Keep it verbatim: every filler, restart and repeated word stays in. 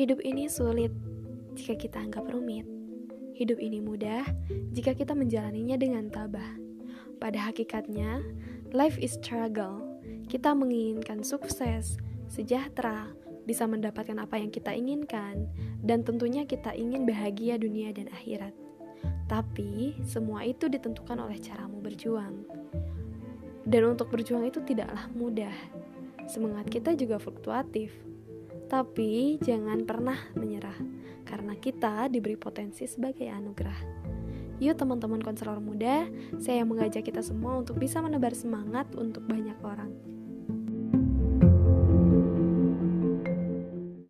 Hidup ini sulit jika kita anggap rumit. Hidup ini mudah jika kita menjalaninya dengan tabah. Pada hakikatnya, life is struggle. Kita menginginkan sukses, sejahtera, bisa mendapatkan apa yang kita inginkan, dan tentunya kita ingin bahagia dunia dan akhirat. Tapi, semua itu ditentukan oleh caramu berjuang. Dan untuk berjuang itu tidaklah mudah. Semangat kita juga fluktuatif. Tapi jangan pernah menyerah, karena kita diberi potensi sebagai anugerah. Yuk teman-teman konselor muda, saya mengajak kita semua untuk bisa menebar semangat untuk banyak orang.